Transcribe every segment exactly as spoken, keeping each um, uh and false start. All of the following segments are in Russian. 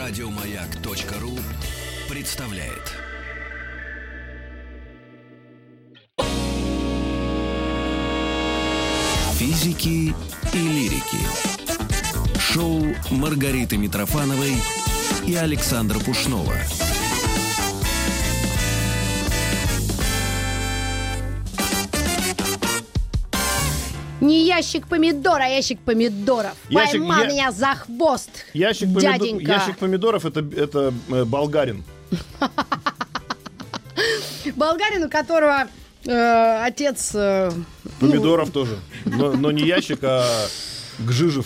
Радиомаяк.ру представляет. Физики и лирики. Шоу Маргариты Митрофановой и Александра Пушнова. Не ящик помидор, а ящик помидоров. Ящик, Поймал я... меня за хвост, ящик дяденька. Помидор, ящик помидоров это, это э, болгарин. Болгарин, у которого э, отец... Э, Помидоров ну... тоже. Но, но не ящик, а Гжижев.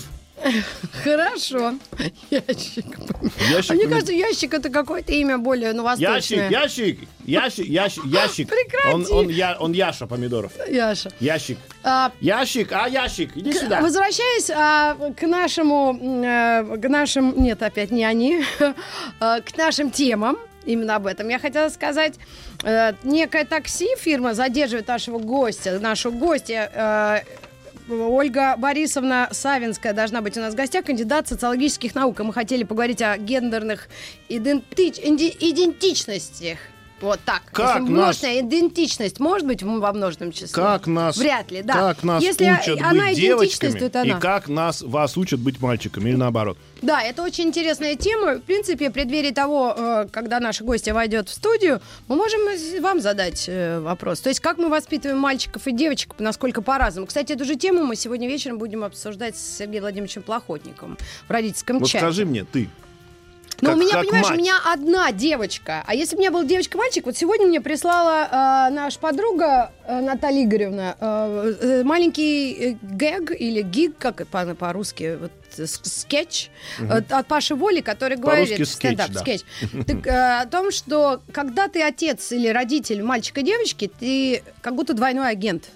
Хорошо. Ящик. Ящик а мне помид... кажется, ящик это какое-то имя более, ну, восточное. Ящик, ящик, ящик, ящик, ящик. Прекрати. Он, он, я, он Яша помидоров. Яша. Ящик. А, ящик, а ящик, иди к, сюда. Возвращаясь а, к нашему, а, к нашим, нет, опять не они, а, к нашим темам. Именно об этом я хотела сказать. Э, некое такси, фирма задерживает нашего гостя, нашу гостья. Э, Ольга Борисовна Савинская должна быть у нас в гостях, кандидат социологических наук. И мы хотели поговорить о гендерных идентич... идентичностях. Вот так. Как множественная нас... идентичность может быть во множественном числе? Как нас, Вряд ли, да. Как нас Если учат она быть девочками, это она. и как нас, вас учат быть мальчиками, или наоборот. Да, это очень интересная тема. В принципе, в преддверии того, когда наша гостья войдет в студию, мы можем вам задать вопрос. То есть, как мы воспитываем мальчиков и девочек, насколько по-разному. Кстати, эту же тему мы сегодня вечером будем обсуждать с Сергеем Владимировичем Плохотниковым в родительском вот чате. Скажи мне, ты. Но как, у меня, понимаешь, мать. у меня одна девочка. А если бы у меня была девочка-мальчик, вот сегодня мне прислала э, наша подруга э, Наталья Игоревна э, э, маленький гэг или гиг, как это по- по-русски, вот, скетч угу. э, от Паши Воли, который по-русски говорит... скетч, стендап, да. скетч. Так, э, о том, что когда ты отец или родитель мальчика-девочки, ты как будто двойной агент.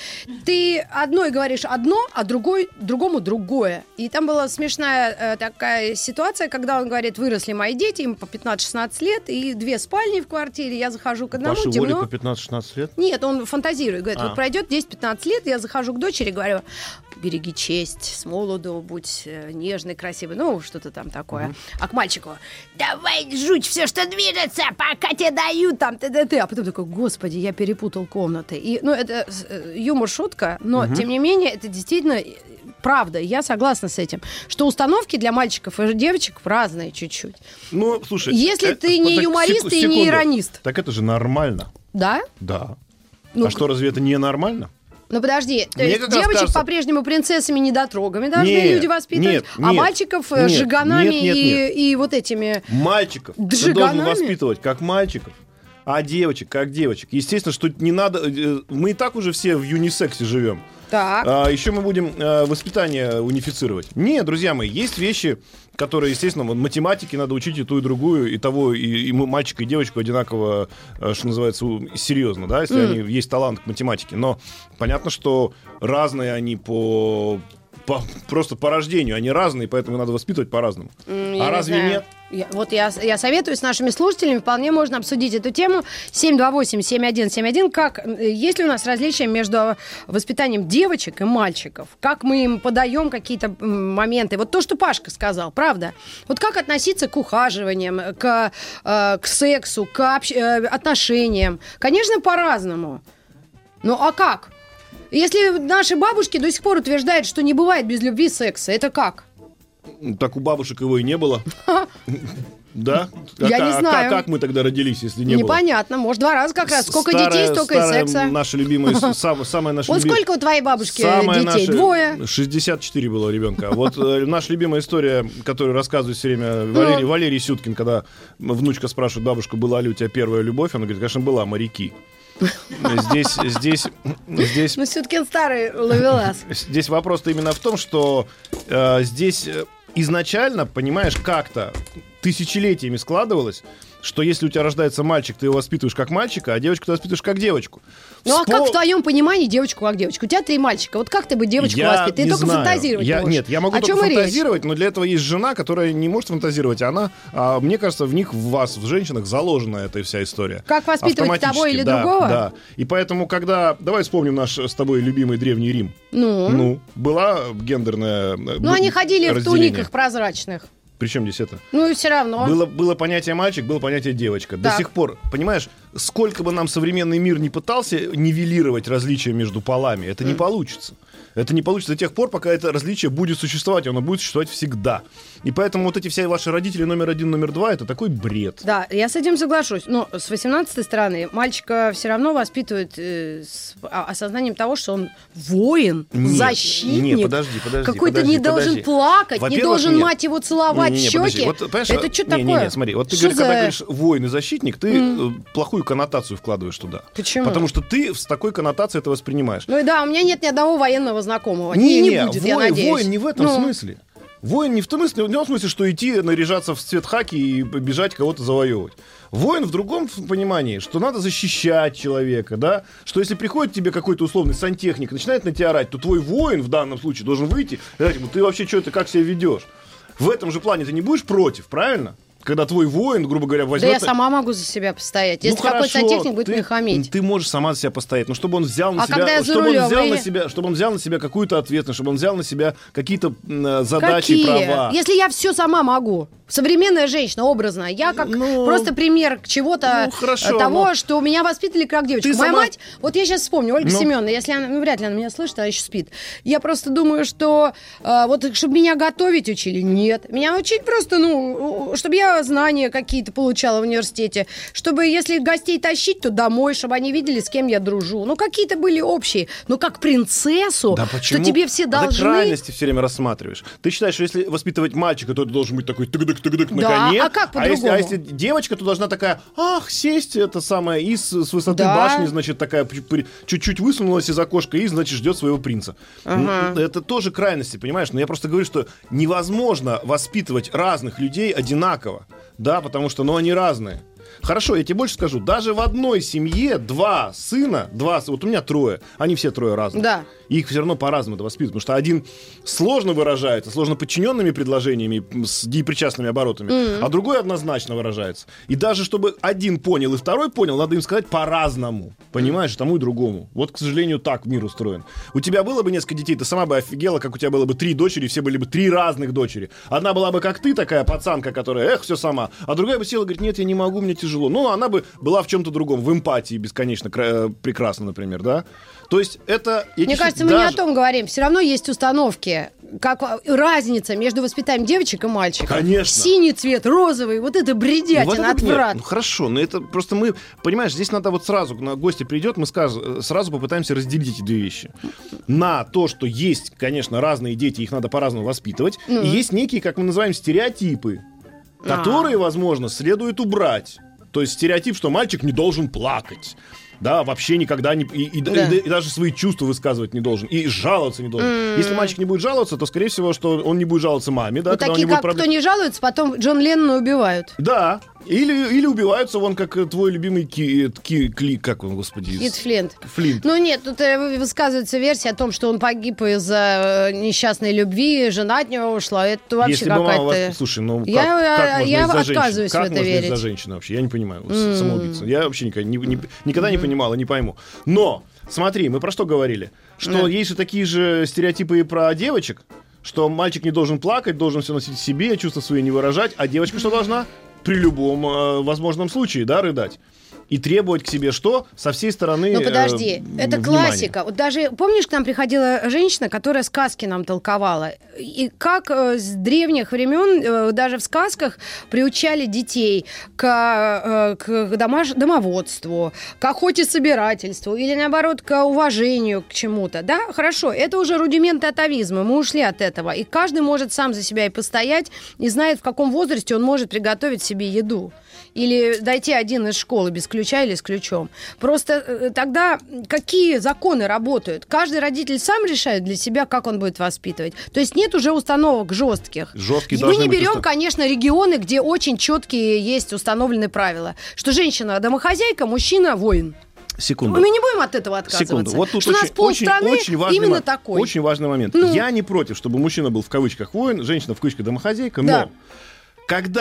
Ты одной говоришь одно, а другой, другому другое. И там была смешная э, такая ситуация, когда он говорит, выросли мои дети, им по пятнадцать-шестнадцать лет, и две спальни в квартире, я захожу к одному, Паши темно. Воли по пятнадцать-шестнадцать лет? Нет, он фантазирует, говорит, а. вот пройдет десять-пятнадцать лет, я захожу к дочери, говорю, береги честь, с молоду будь нежный, красивый, ну, что-то там такое. Угу. А к мальчику, давай жуть все, что движется, пока тебе дают там, т.д. А потом такой, господи, я перепутал комнаты. И, ну, это юмор, шутка, но, угу. тем не менее, это действительно правда, я согласна с этим, что установки для мальчиков и девочек разные чуть-чуть. Ну, слушай... Если это, ты не так, юморист секунду. и не иронист. Так это же нормально. Да? Да. Ну, а что, разве это не нормально? Ну, подожди, то Мне есть девочек кажется... по-прежнему принцессами-недотрогами должны нет, люди воспитывать, нет, а нет, мальчиков нет, жиганами нет, нет, нет. И, и вот этими... Мальчиков ты Жиганами? должен воспитывать как мальчиков, а девочек как девочек. Естественно, что не надо... Мы и так уже все в юнисексе живем. Так. А, еще мы будем а, воспитание унифицировать. Нет, друзья мои, есть вещи, которые, естественно, вот, математики надо учить и ту, и другую, и того, и, и мальчика, и девочку одинаково, что называется, серьезно, да, если mm. они, есть талант к математике. Но понятно, что разные они по... По, просто по рождению, они разные, поэтому надо воспитывать по-разному. Mm, а разве знаю. нет? Я, вот я, я советую с нашими слушателями, вполне можно обсудить эту тему. семь два восемь семь один семь один. Как, есть ли у нас различия между воспитанием девочек и мальчиков? Как мы им подаем какие-то моменты? Вот то, что Пашка сказал, правда? Вот как относиться к ухаживаниям, к, э, к сексу, к общ, э, отношениям? Конечно, по-разному. Ну а как? Если наши бабушки до сих пор утверждают, что не бывает без любви секса, это как? Так у бабушек его и не было. Да? Я не знаю. Как мы тогда родились, если не было? Непонятно. Может, два раза как раз. Сколько детей, столько и секса. Наша любимая, самая наша Вот сколько у твоей бабушки детей? Двое? шестьдесят четыре было ребенка. Вот наша любимая история, которую рассказывает все время Валерий Сюткин, когда внучка спрашивает бабушку, была ли у тебя первая любовь, она говорит, конечно, была, моряки. Здесь, здесь, здесь... Ну, Сюткин старый ловелас. Здесь вопрос-то именно в том, что э, здесь изначально, понимаешь, как-то тысячелетиями складывалось, что если у тебя рождается мальчик, ты его воспитываешь как мальчика, а девочку ты воспитываешь как девочку. Ну, Вспом... а как в твоем понимании девочку как девочку? У тебя три мальчика. Вот как ты бы девочку я воспитывать? Ты не только знаю. фантазировать я, можешь. Нет, я могу О только чем фантазировать, но для этого есть жена, которая не может фантазировать. Она, а, мне кажется, в них, в вас, в женщинах заложена эта вся история. Как воспитывать того или да, другого? Да. И поэтому, когда... Давай вспомним наш с тобой любимый Древний Рим. Ну? Ну, была гендерная... Ну, они ходили в туниках прозрачных. Причем здесь это? Ну и все равно. Было, было понятие мальчик, было понятие девочка. Так. До сих пор, понимаешь, сколько бы нам современный мир не пытался нивелировать различия между полами, это mm. не получится. Это не получится до тех пор, пока это различие будет существовать, оно будет существовать всегда. И поэтому вот эти все ваши родители номер один, номер два, это такой бред. Да, я с этим соглашусь. Но с восемнадцатой стороны мальчика все равно воспитывают э, с осознанием того, что он воин, нет, защитник. Нет, подожди, подожди. Какой-то подожди, не должен подожди. плакать, не должен нет. мать его целовать не, не, не, щеки. Вот, это что не, такое? Не, не, смотри, вот ты что говоришь, за... когда говоришь воин и защитник, ты mm. плохую коннотацию вкладываешь туда. Почему? Потому что ты с такой коннотацией это воспринимаешь. Ну и да, у меня нет ни одного военного знакомого. Не, не, не, не будет, воин, я надеюсь. Воин не в этом ну. смысле. Воин не в том смысле, не в том смысле, что идти наряжаться в цвет хаки и бежать кого-то завоевывать. Воин в другом понимании, что надо защищать человека, да, что если приходит тебе какой-то условный сантехник, начинает на тебя орать, то твой воин в данном случае должен выйти и сказать ему, ты вообще что, ты как себя ведешь? В этом же плане ты не будешь против, правильно? Когда твой воин, грубо говоря, возьмет... Да я сама могу за себя постоять. Если ну, какой-то сантехник будет ты, мне хамить. Ты можешь сама за себя постоять, но чтобы он взял на а себя... Чтобы он, взял и... на себя чтобы он взял на себя какую-то ответственность, чтобы он взял на себя какие-то э, задачи Какие? и права. Если я все сама могу. Современная женщина, образная. Я как ну, просто пример чего-то ну, хорошо, того, но... что меня воспитали как девочку. Ты Моя сама... мать, вот я сейчас вспомню, Ольга ну... Семеновна, если она, ну, вряд ли она меня слышит, она еще спит. Я просто думаю, что э, вот чтобы меня готовить учили, нет. Меня учить просто, ну, чтобы я знания какие-то получала в университете, чтобы если гостей тащить, то домой, чтобы они видели, с кем я дружу. Ну, какие-то были общие. Но как принцессу, да что тебе все должны... А ты крайности все время рассматриваешь. Ты считаешь, что если воспитывать мальчика, то это должен быть такой тык-дык-тык-дык на да, коне. А как а если, а если девочка, то должна такая, ах, сесть, это самое, и с, с высоты да. башни, значит, такая чуть-чуть высунулась из окошка и, значит, ждет своего принца. Ага. Это тоже крайности, понимаешь? Но я просто говорю, что невозможно воспитывать разных людей одинаково. Да, потому что, ну, они разные. Хорошо, я тебе больше скажу. Даже в одной семье два сына, два, вот у меня трое, они все трое разные. Да. И их все равно по-разному это воспитывают. Потому что один сложно выражается, сложно подчиненными предложениями, с депричастными оборотами, mm-hmm. а другой однозначно выражается. И даже чтобы один понял и второй понял, надо им сказать по-разному. Понимаешь, тому и другому. Вот, к сожалению, так мир устроен. У тебя было бы несколько детей, ты сама бы офигела, как у тебя было бы три дочери, все были бы три разных дочери. Одна была бы как ты, такая пацанка, которая, эх, все сама. А другая бы села и говорит, нет, я не могу, мне тяжело. Ну, она бы была в чем-то другом, в эмпатии бесконечно кра- прекрасно, например, да? То есть это... Мне кажется, мы даже... не о том говорим. Все равно есть установки. Как разница между воспитанием девочек и мальчиков. Конечно. Синий цвет, розовый, вот это бредятина, вот отврат. Ну хорошо, но это просто мы... Понимаешь, здесь надо вот сразу, на гости придет, мы скажем, сразу попытаемся разделить эти две вещи. На то, что есть, конечно, разные дети, их надо по-разному воспитывать. Ну. И есть некие, как мы называем, стереотипы, а. которые, возможно, следует убрать. То есть стереотип, что мальчик не должен плакать. Да, вообще никогда не... И, и, да. и, и даже свои чувства высказывать не должен. И жаловаться не должен. Mm. Если мальчик не будет жаловаться, то, скорее всего, что он не будет жаловаться маме. Да, вот такие, как проблем... кто не жалуется, потом Джон Леннона убивают. Да. Или, или убиваются, вон, как твой любимый ки, ки, кли, как он, господи? Кит Флинт. Флинт. Ну нет, тут высказывается версия о том, что он погиб из-за несчастной любви, жена от него ушла. Это вообще Если какая-то... Бы мама вас... Слушай, ну как, я, как можно я из-за отказываюсь женщин? в это верить. Как можно из-за женщины вообще? Я не понимаю. Mm. Самоубийца. Я вообще никогда не, не, никогда mm. не понимал и не пойму. Но, смотри, мы про что говорили? Что mm. есть же такие же стереотипы и про девочек, что мальчик не должен плакать, должен все носить в себе, чувства свои не выражать, а девочка что должна? При любом э, возможном случае, да, рыдать. И требовать к себе что? Со всей стороны. Ну подожди, э, это внимания. классика. Вот даже, помнишь, к нам приходила женщина, которая сказки нам толковала. И как э, с древних времен э, даже в сказках приучали детей к, э, к домаш... домоводству, к охоте-собирательству или, наоборот, к уважению к чему-то. Да, хорошо, это уже рудименты атовизма, мы ушли от этого. И каждый может сам за себя и постоять, и знает, в каком возрасте он может приготовить себе еду. Или дойти один из школы без ключа или с ключом. Просто тогда какие законы работают? Каждый родитель сам решает для себя, как он будет воспитывать. То есть нет уже установок жестких. Жесткие Мы не берем, устав... конечно, регионы, где очень четкие есть установленные правила. Что женщина домохозяйка, мужчина воин. Секунду. Мы не будем от этого отказываться. Секунду. Вот тут что очень, у нас полстраны очень, очень именно мо- такой. Очень важный момент. Ну. Я не против, чтобы мужчина был в кавычках воин, женщина в кавычках домохозяйка, да. но когда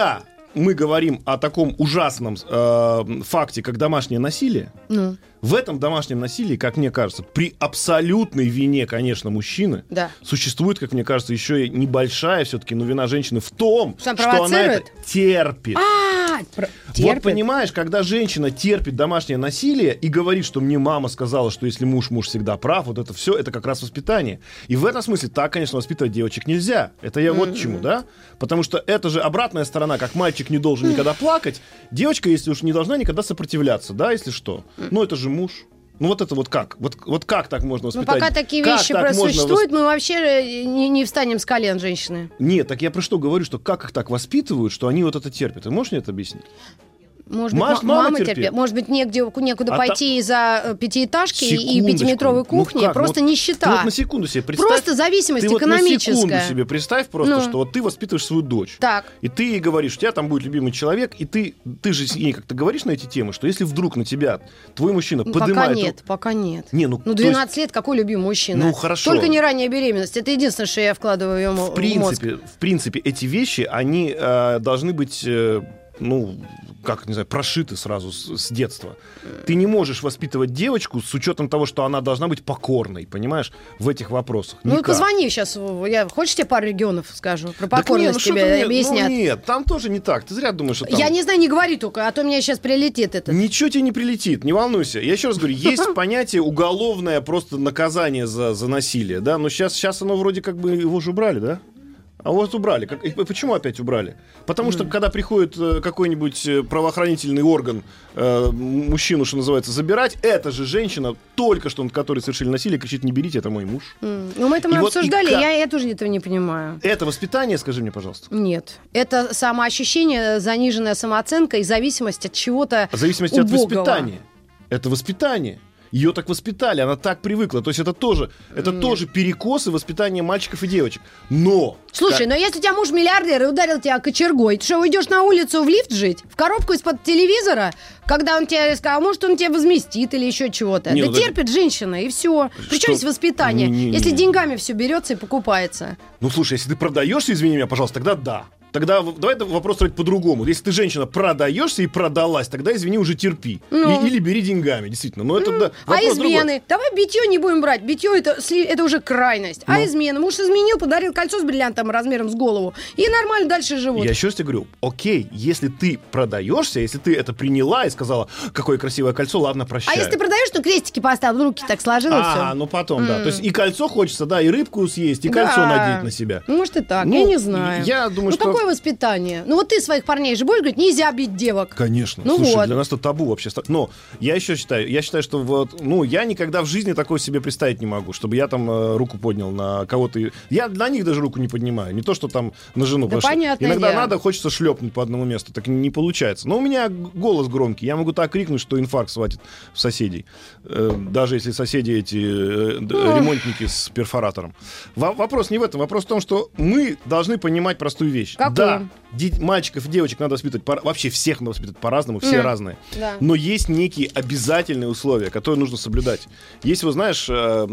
мы говорим о таком ужасном э, факте, как домашнее насилие, Ну, в этом домашнем насилии, как мне кажется, при абсолютной вине, конечно, мужчины, Да. существует, как мне кажется, еще и небольшая все-таки, но вина женщины в том, Что она что она провоцирует? это терпит. а, про- Вот терпит. понимаешь, когда женщина терпит домашнее насилие и говорит, что мне мама сказала, что если муж, муж всегда прав, вот это все, это как раз воспитание. И в этом смысле так, конечно, воспитывать девочек нельзя. Это я вот к чему, да? Потому что это же обратная сторона, как мальчик не должен никогда плакать, девочка, если уж не должна никогда сопротивляться, да, если что. Ну это же муж. Ну вот это вот как? Вот, вот как так можно Ну, воспитать? пока такие Как вещи так просто можно существуют, мы вообще э, не, не встанем с колен, женщины. Нет, так я про что говорю, что как их так воспитывают, что они вот это терпят. Ты можешь мне это объяснить? Может быть, Маш- ма- мама мама терпит. терпит. Может быть, негде, некуда А пойти из-за э, пятиэтажки и Секундочку. пятиметровой Ну кухни. как? Просто Ну, нищета. Ты вот на секунду себе представь. Просто зависимость ты вот на экономическая. секунду себе представь просто, Ну. что вот ты воспитываешь свою дочь. Так. И ты ей говоришь, у тебя там будет любимый человек, и ты, ты же с ней как-то говоришь на эти темы, что если вдруг на тебя твой мужчина Ну, поднимает... пока нет, пока нет. Не, ну, Ну, то двенадцать лет, какой любимый мужчина? Ну, хорошо. Только не ранняя беременность. Это единственное, что я вкладываю в ее В мозг. принципе, в принципе, эти вещи, они э, должны быть, э, ну, как, не знаю, прошиты сразу с, с детства. Ты не можешь воспитывать девочку с учетом того, что она должна быть покорной, понимаешь, в этих вопросах. Ну, и Никак. позвони сейчас. Я, хочешь, тебе пару регионов скажу? Про Так не, ну покорность что тебе ты мне- объяснят. Ну, нет, там тоже не так. Ты зря думаешь, что там... Я не знаю, не говори только, а то меня сейчас прилетит это. Ничего тебе не прилетит, не волнуйся. Я еще раз говорю, есть понятие уголовное просто наказание за, за насилие, да, но сейчас, сейчас оно вроде как бы его же убрали, да? А вот убрали. Как, и почему опять убрали? Потому что, когда приходит э, какой-нибудь э, правоохранительный орган э, мужчину, что называется, забирать, эта же женщина, только что над которой совершили насилие, кричит: не берите, это мой муж. М. Ну, мы это мы И вот и обсуждали, как? я, я тоже этого не понимаю. Это воспитание, скажи мне, пожалуйста. Нет. Это самоощущение, заниженная самооценка и зависимость от чего-то В зависимости от убогого. воспитания. Это воспитание. Ее так воспитали, она так привыкла. То есть это тоже, это тоже перекосы воспитания мальчиков и девочек. Но... Слушай, но если у тебя муж миллиардер и ударил тебя кочергой, ты что, уйдешь на улицу в лифт жить? В коробку из-под телевизора? Когда он тебе сказал, может, он тебе возместит или еще чего-то. Не, да ну так- терпит женщина, и все. Причем Что? здесь воспитание? Не-не-не. Если деньгами все берется и покупается. Ну, слушай, если ты продаешься, извини меня, пожалуйста, тогда да. Тогда в- давай это вопрос строить по-другому. Если ты, женщина, продаешься и продалась, тогда, извини, уже терпи. Ну. И- или бери деньгами, действительно. Но это да, А вопрос измены? другой. Давай битье не будем брать. Битье это, сли- это уже крайность. А Ну. измены? Муж изменил, подарил кольцо с бриллиантом размером с голову. И нормально дальше живут. Я еще раз тебе говорю, окей, если ты продаешься, если ты это приняла и сказала, какое красивое кольцо, ладно, А прощаю. если ты продаешь, то крестики поставил, руки так сложил и А, все. ну потом, да. То есть и кольцо хочется, да, и рыбку съесть, и кольцо Да. надеть на себя. Ну, может и так, Ну, я не знаю. я думаю, ну, что- какое воспитание? Ну, вот ты своих парней же будешь говорить, нельзя бить девок. Конечно. Ну Слушай, вот. для нас это табу вообще. Но я еще считаю, я считаю, что вот, ну, я никогда в жизни такое себе представить не могу, чтобы я там э, руку поднял на кого-то. и- Я на них даже руку не поднимаю. Не то, что там на жену. Да потому что понятное иногда дело. надо, хочется шлепнуть по одному месту. Так не получается. Но у меня г- голос громкий. Я могу так крикнуть, что инфаркт схватит соседей. Э, даже если соседи эти э, д- Ох. ремонтники с перфоратором. Во- вопрос не в этом. Вопрос в том, что мы должны понимать простую вещь. Какую? Да, де- мальчиков и девочек надо воспитывать по- вообще всех надо воспитывать по-разному, все Да. разные. Да. Но есть некие обязательные условия, которые нужно соблюдать. Есть, вот знаешь, э,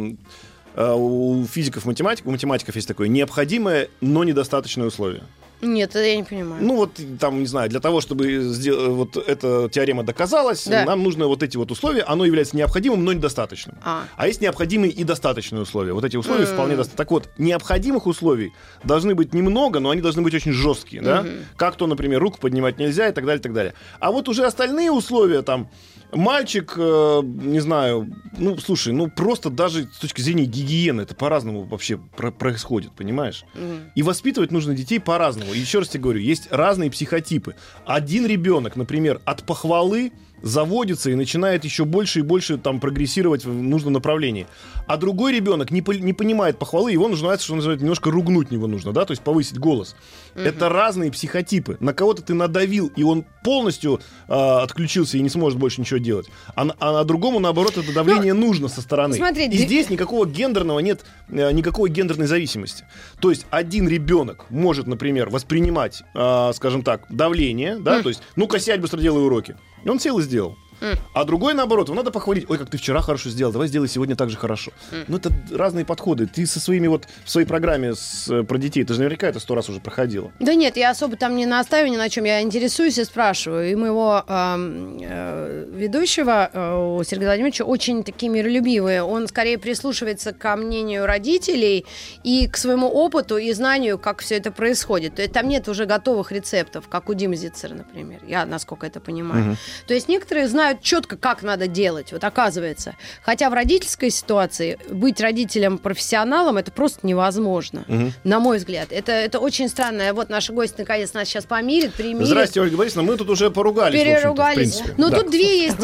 э, у физиков, математиков, у математиков есть такое необходимое, но недостаточное условие. Нет, это я не понимаю. Ну вот там, не знаю, для того, чтобы сдел- вот эта теорема доказалась, Да. нам нужно вот эти вот условия, оно является необходимым, но недостаточным. А. есть необходимые и достаточные условия. Вот эти условия М. вполне достаточно. Так вот, необходимых условий должны быть немного, но они должны быть очень жесткие, да? Как то, например, руку поднимать нельзя и так далее, и так далее. А вот уже остальные условия, там, мальчик, э, не знаю, ну, слушай, ну, просто даже с точки зрения гигиены это по-разному вообще про- происходит, понимаешь? Мгм. И воспитывать нужно детей по-разному. И еще раз тебе говорю, есть разные психотипы. Один ребенок, например, от похвалы заводится и начинает еще больше и больше там прогрессировать в нужном направлении. А другой ребенок не, по- не понимает похвалы, его нужно, что называется, немножко ругнуть него нужно, да, то есть повысить голос. Это разные психотипы. На кого-то ты надавил, и он полностью э, отключился и не сможет больше ничего делать. А, на- а на другому, наоборот, это давление нужно со стороны. смотри, и ди- здесь никакого гендерного нет, э, никакой гендерной зависимости. То есть один ребенок может, например, воспринимать, э, скажем так, давление, да, то есть, ну-ка, сядь, быстро делай уроки. И он сел и сделал. Mm. А другой, наоборот, его надо похвалить. Ой, как ты вчера хорошо сделал, давай сделай сегодня так же хорошо. Mm. Ну, это разные подходы. Ты со своими вот, в своей программе с, про детей, ты же наверняка это сто раз уже проходила. Да нет, я особо там не настаиваю ни на чем. Я интересуюсь и спрашиваю. И моего э, э, ведущего, э, Сергея Владимировича, очень такие миролюбивые. Он скорее прислушивается ко мнению родителей и к своему опыту и знанию, как все это происходит. То есть там нет уже готовых рецептов, как у Димы Зицера, например. Я, насколько это понимаю. Угу. То есть некоторые знают четко, как надо делать. Вот оказывается. Хотя в родительской ситуации быть родителем-профессионалом это просто невозможно. Угу. На мой взгляд. Это, это очень странно. Вот наш гость наконец нас сейчас помирит, примирит. Здрасте, Ольга Борисовна. Мы тут уже поругались. Переругались. Но да. Тут две есть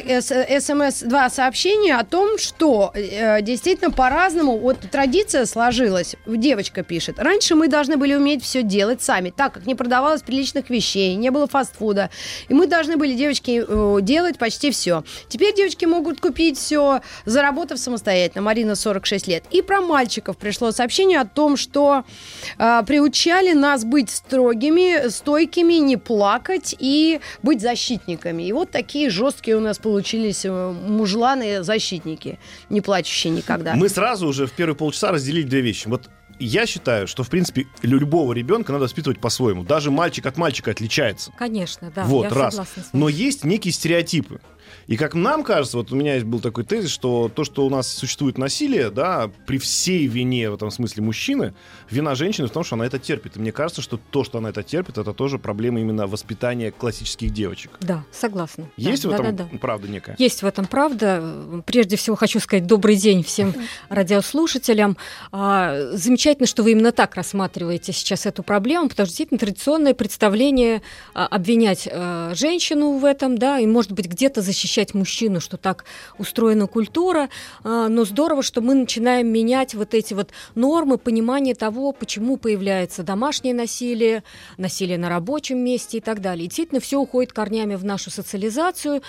смс, два сообщения о том, что э, действительно по-разному вот традиция сложилась. Девочка пишет. Раньше мы должны были уметь все делать сами, так как не продавалось приличных вещей, не было фастфуда. И мы должны были, девочки, э, делать почти все. Теперь девочки могут купить все, заработав самостоятельно. Марина, сорок шесть лет. И про мальчиков пришло сообщение о том, что э, приучали нас быть строгими, стойкими, не плакать и быть защитниками. И вот такие жесткие у нас получились мужланы-защитники, не плачущие никогда. Мы сразу уже в первые полчаса разделили две вещи. Вот я считаю, что, в принципе, любого ребенка надо воспитывать по-своему. Даже мальчик от мальчика отличается. Конечно, да, вот, я раз. согласна с вами. Но есть некие стереотипы. И как нам кажется, вот у меня был такой тезис, что то, что у нас существует насилие, да, при всей вине в этом смысле мужчины, вина женщины в том, что она это терпит. И мне кажется, что то, что она это терпит, это тоже проблема именно воспитания классических девочек. Да, согласна. Есть да, в да, этом да, да. правда некая? Есть в этом правда. Прежде всего хочу сказать добрый день всем радиослушателям. Замечательно, что вы именно так рассматриваете сейчас эту проблему, потому что действительно традиционное представление обвинять женщину в этом, да, и, может быть, где-то защищать мужчину, что так устроена культура, но здорово, что мы начинаем менять вот эти вот нормы, понимание того, почему появляется домашнее насилие, насилие на рабочем месте и так далее. И действительно все уходит корнями в нашу социализацию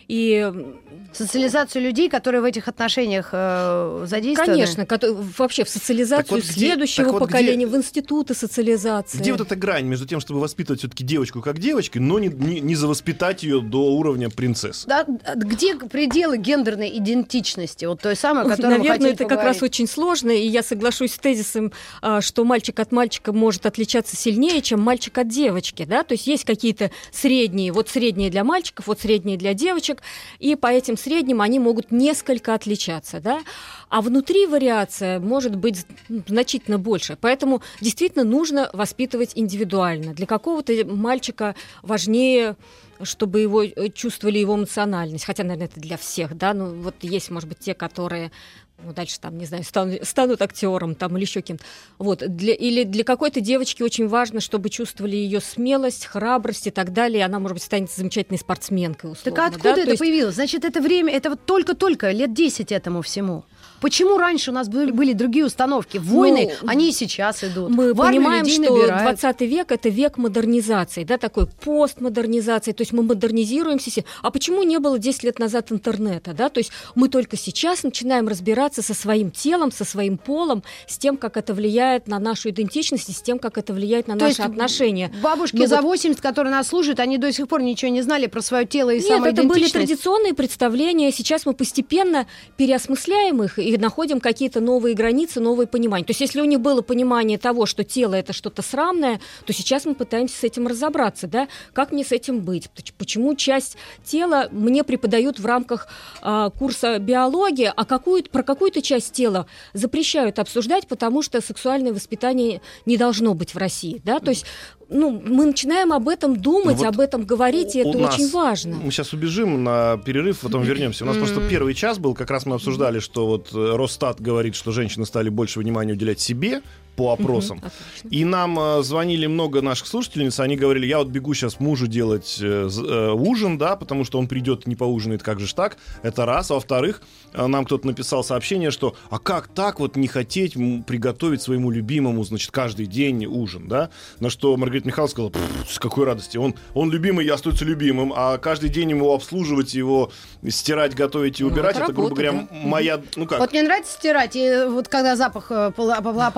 и социализацию людей, которые в этих отношениях э, задействованы. Конечно, вообще в социализацию вот следующего где, поколения, вот где, в институты социализации. Где вот эта грань между тем, чтобы воспитывать все-таки девочку как девочку, но не, не, не завоспитать ее до уровня принцессы? Да, где пределы гендерной идентичности? Вот той самой, которую мы Наверное, это поговорить. Как раз очень сложно, и я соглашусь с тезисом, что мальчик от мальчика может отличаться сильнее, чем мальчик от девочки, да, то есть есть какие-то средние, вот средние для мальчиков, вот средние для девочек, и по этим средним они могут несколько отличаться, да, а внутри вариация может быть значительно больше, поэтому действительно нужно воспитывать индивидуально. Для какого-то мальчика важнее, чтобы его чувствовали его эмоциональность, хотя, наверное, это для всех, да, ну вот есть, может быть, те, которые ну, дальше там, не знаю, станут, станут актером там, или еще кем-то. Вот. Для, или для какой-то девочки очень важно, чтобы чувствовали ее смелость, храбрость и так далее, и она, может быть, станет замечательной спортсменкой, условно. Так откуда да? это есть... появилось? Значит, это время, это вот только-только, лет десять этому всему. Почему раньше у нас были, были другие установки? Войны, ну, они и сейчас идут. Мы в понимаем, что набирают. двадцатый век – это век модернизации, да, такой постмодернизации, то есть мы модернизируемся. А почему не было десять лет назад интернета? Да? То есть мы только сейчас начинаем разбираться со своим телом, со своим полом, с тем, как это влияет на нашу идентичность, и с тем, как это влияет на то наши отношения. Бабушки ну, за вот... восемьдесят, которые нас слушают, они до сих пор ничего не знали про свое тело и Нет, самоидентичность. это были традиционные представления. Сейчас мы постепенно переосмысляем их и находим какие-то новые границы, новые понимания. То есть если у них было понимание того, что тело – это что-то срамное, то сейчас мы пытаемся с этим разобраться. Да? Как мне с этим быть? Почему часть тела мне преподают в рамках а, курса биологии, а какую, про какую-то часть тела запрещают обсуждать, потому что сексуальное воспитание не должно быть в России. Да? То есть ну, мы начинаем об этом думать, вот об этом говорить, и это нас, очень важно. Мы сейчас убежим на перерыв, потом вернемся. У нас просто первый час был, как раз мы обсуждали, что вот Росстат говорит, что женщины стали больше внимания уделять себе по опросам. Uh-huh. И нам э, звонили много наших слушательниц, они говорили, я вот бегу сейчас мужу делать э, э, ужин, да, потому что он придет, не поужинает, как же ж так? Это раз. А во-вторых, э, нам кто-то написал сообщение, что, а как так вот не хотеть м- приготовить своему любимому, значит, каждый день ужин, да? На что Маргарита Михайловна сказала, с какой радости, он, он любимый, я остается любимым, а каждый день его обслуживать, его стирать, готовить и убирать, ну, это, это работа, грубо говоря, да? моя, ну как? Вот мне нравится стирать, и вот когда запах э, ополаскивать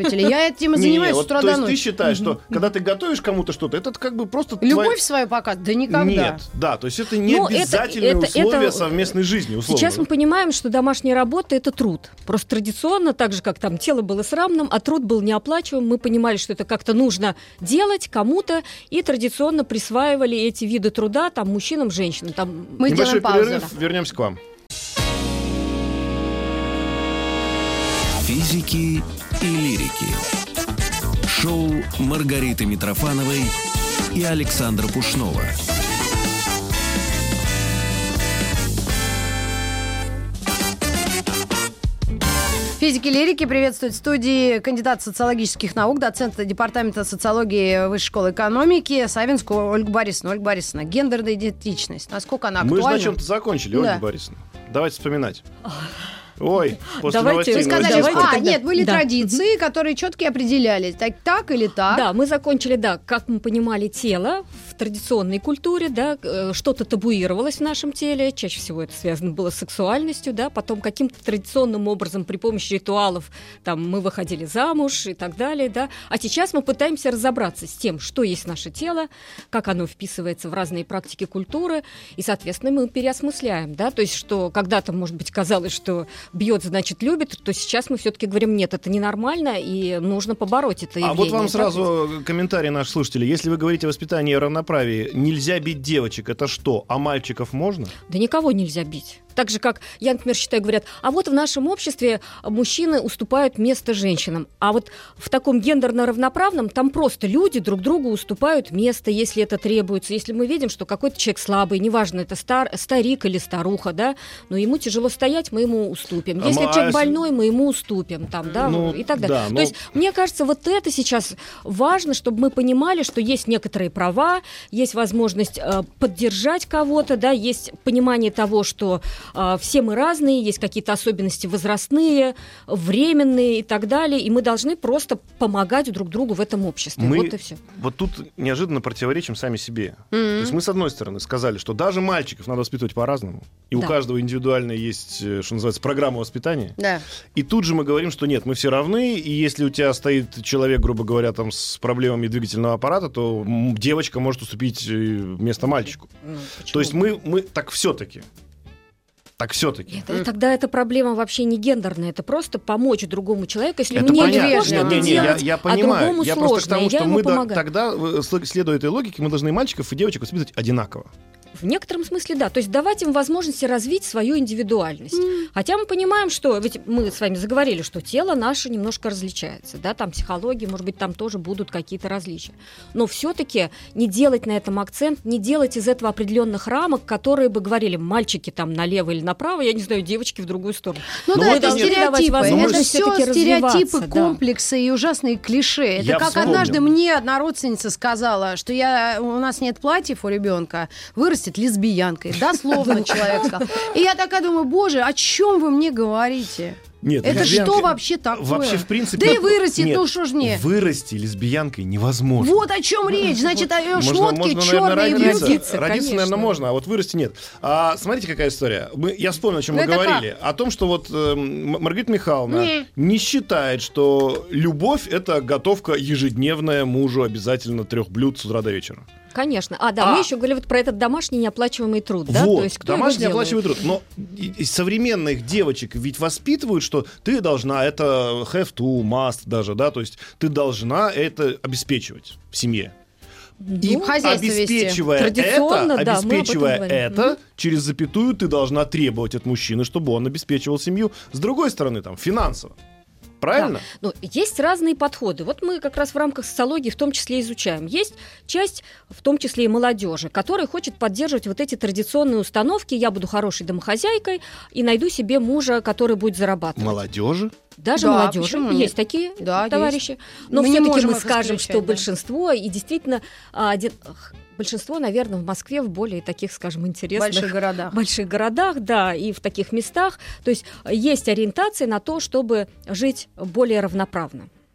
слушатели. Я этим и Не, занимаюсь вот, с утра то до есть ты ночи. считаешь, что когда ты готовишь кому-то что-то, это как бы просто Любовь твоя- свою показывать? Да никогда. Нет, да, то есть это не Ну, это- обязательные это- условия это- совместной жизни, условно. Сейчас мы понимаем, что домашняя работа – это труд. Просто традиционно, так же, как там тело было срамным, а труд был неоплачиваем, мы понимали, что это как-то нужно делать кому-то, и традиционно присваивали эти виды труда там, мужчинам, женщинам. Там... Мы Небольшой делаем паузу. перерыв, вернемся к вам. Физики и лирики. Шоу Маргариты Митрофановой и Александра Пушнова. Физики лирики приветствуют в студии кандидат социологических наук, доцент департамента социологии Высшей школы экономики Савинскую Ольгу Борисовну. Ольга Борисовна, гендерная идентичность, насколько она Мы же актуальна? на чем-то закончили, Да. Ольга Борисовна. Давайте вспоминать. Ой, после Давайте- новостей... Вы сказали, новостей Давайте а, тогда. нет, были Да. традиции, которые четко определялись. Так, так или так? Да, мы закончили, да, как мы понимали, тело в традиционной культуре, да, э, что-то табуировалось в нашем теле, чаще всего это связано было с сексуальностью, да, потом каким-то традиционным образом при помощи ритуалов там мы выходили замуж и так далее, да, а сейчас мы пытаемся разобраться с тем, что есть наше тело, как оно вписывается в разные практики культуры, и, соответственно, мы переосмысляем, да, то есть, что когда-то, может быть, казалось, что бьет, значит, любит, то сейчас мы все-таки говорим, нет, это ненормально, и нужно побороть это явление. А вот вам Так сразу комментарий наших слушателей. Если вы говорите о воспитании и равноправии, нельзя бить девочек, это что? А мальчиков можно? Да никого нельзя бить. Так же, как я, например, считаю, говорят, а вот в нашем обществе мужчины уступают место женщинам. А вот в таком гендерно-равноправном там просто люди друг другу уступают место, если это требуется. Если мы видим, что какой-то человек слабый, неважно, это стар, старик или старуха, да, но ему тяжело стоять, мы ему уступим. Если А, человек а, больной, мы ему уступим, там, да, Ну, и так далее. да, То но- есть, мне кажется, вот это сейчас важно, чтобы мы понимали, что есть некоторые права, есть возможность э, поддержать кого-то, да, есть понимание того, что э, все мы разные, есть какие-то особенности возрастные, временные и так далее, и мы должны просто помогать друг другу в этом обществе. Мы Вот и все. вот тут неожиданно противоречим сами себе. То есть мы, с одной стороны, сказали, что даже мальчиков надо воспитывать по-разному, и у Да. каждого индивидуально есть, э, что называется, программа воспитания. Да. И тут же мы говорим, что нет, мы все равны, и если у тебя стоит человек, грубо говоря, там с проблемами двигательного аппарата, то м, девочка может уступить э, место мальчику. Ну, То есть мы, мы так все-таки. Так все-таки. Это- тогда эта проблема вообще не гендерная, это просто помочь другому человеку, если Это мне понятно. легко Не, что-то Не, не, я, делать, я а понимаю. другому Я сложно, просто к тому, и я что ему мы да- помогаю. тогда, э, след- следуя этой логике, мы должны мальчиков и девочек воспитывать одинаково. В некотором смысле, да. То есть давать им возможности развить свою индивидуальность. Хотя мы понимаем, что... Ведь мы с вами заговорили, что тело наше немножко различается. Да? Там психология, может быть, там тоже будут какие-то различия. Но все-таки не делать на этом акцент, не делать из этого определенных рамок, которые бы говорили, мальчики там налево или направо, я не знаю, девочки в другую сторону. Ну Ну, да, вот это нет. стереотипы. давать Это возможность все всё-таки стереотипы, развиваться, да. комплексы и ужасные клише. Это Я как вспомнил. однажды мне одна родственница сказала, что я, у нас нет платьев у ребенка, вырастет лесбиянкой. Дословно человек сказал. И я такая думаю, боже, о чем вы мне говорите? Нет, Это лесбиянка- что вообще такое? Вообще, в принципе... Да и вырастет, Нет, ну что ж мне. Вырасти лесбиянкой невозможно. Вот о чем речь. Значит, а, Можно, шмотки можно, черные наверное, и родиться. брюки. Родиться, Родиться, конечно. наверное, можно, а вот вырасти нет. А, смотрите, какая история. Мы, я вспомнил, о чем Ну, мы это говорили. О том, что вот э, М- Маргарита Михайловна Не. не считает, что любовь — это готовка ежедневная мужу обязательно трех блюд с утра до вечера. Конечно. А, да, А. мы еще говорили вот про этот домашний неоплачиваемый труд. Да? Вот, То есть, кто его домашний делает? оплачиваемый труд. Но и- и современных девочек ведь воспитывают, что ты должна это have to, must даже, да, то есть ты должна это обеспечивать в семье. И Ну, хозяйство вести. обеспечивая Традиционно, это, да, мы об этом обеспечивая говорим. это, Мгм. через запятую ты должна требовать от мужчины, чтобы он обеспечивал семью. С другой стороны, там, финансово. Правильно? Ну, есть разные подходы. Вот мы как раз в рамках социологии в том числе изучаем. Есть часть, в том числе и молодежи, которая хочет поддерживать вот эти традиционные установки. Я буду хорошей домохозяйкой и найду себе мужа, который будет зарабатывать. Молодежи? Даже Да, молодежи. почему Есть нет? такие Да, товарищи. Но Мы не все-таки можем мы их скажем, исключать, что да. большинство, и действительно, а, один- х, большинство, наверное, в Москве, в более таких, скажем, В интересных больших городах. больших городах, да, и в таких местах. То есть э, есть ориентация на то, чтобы жить более равноправно.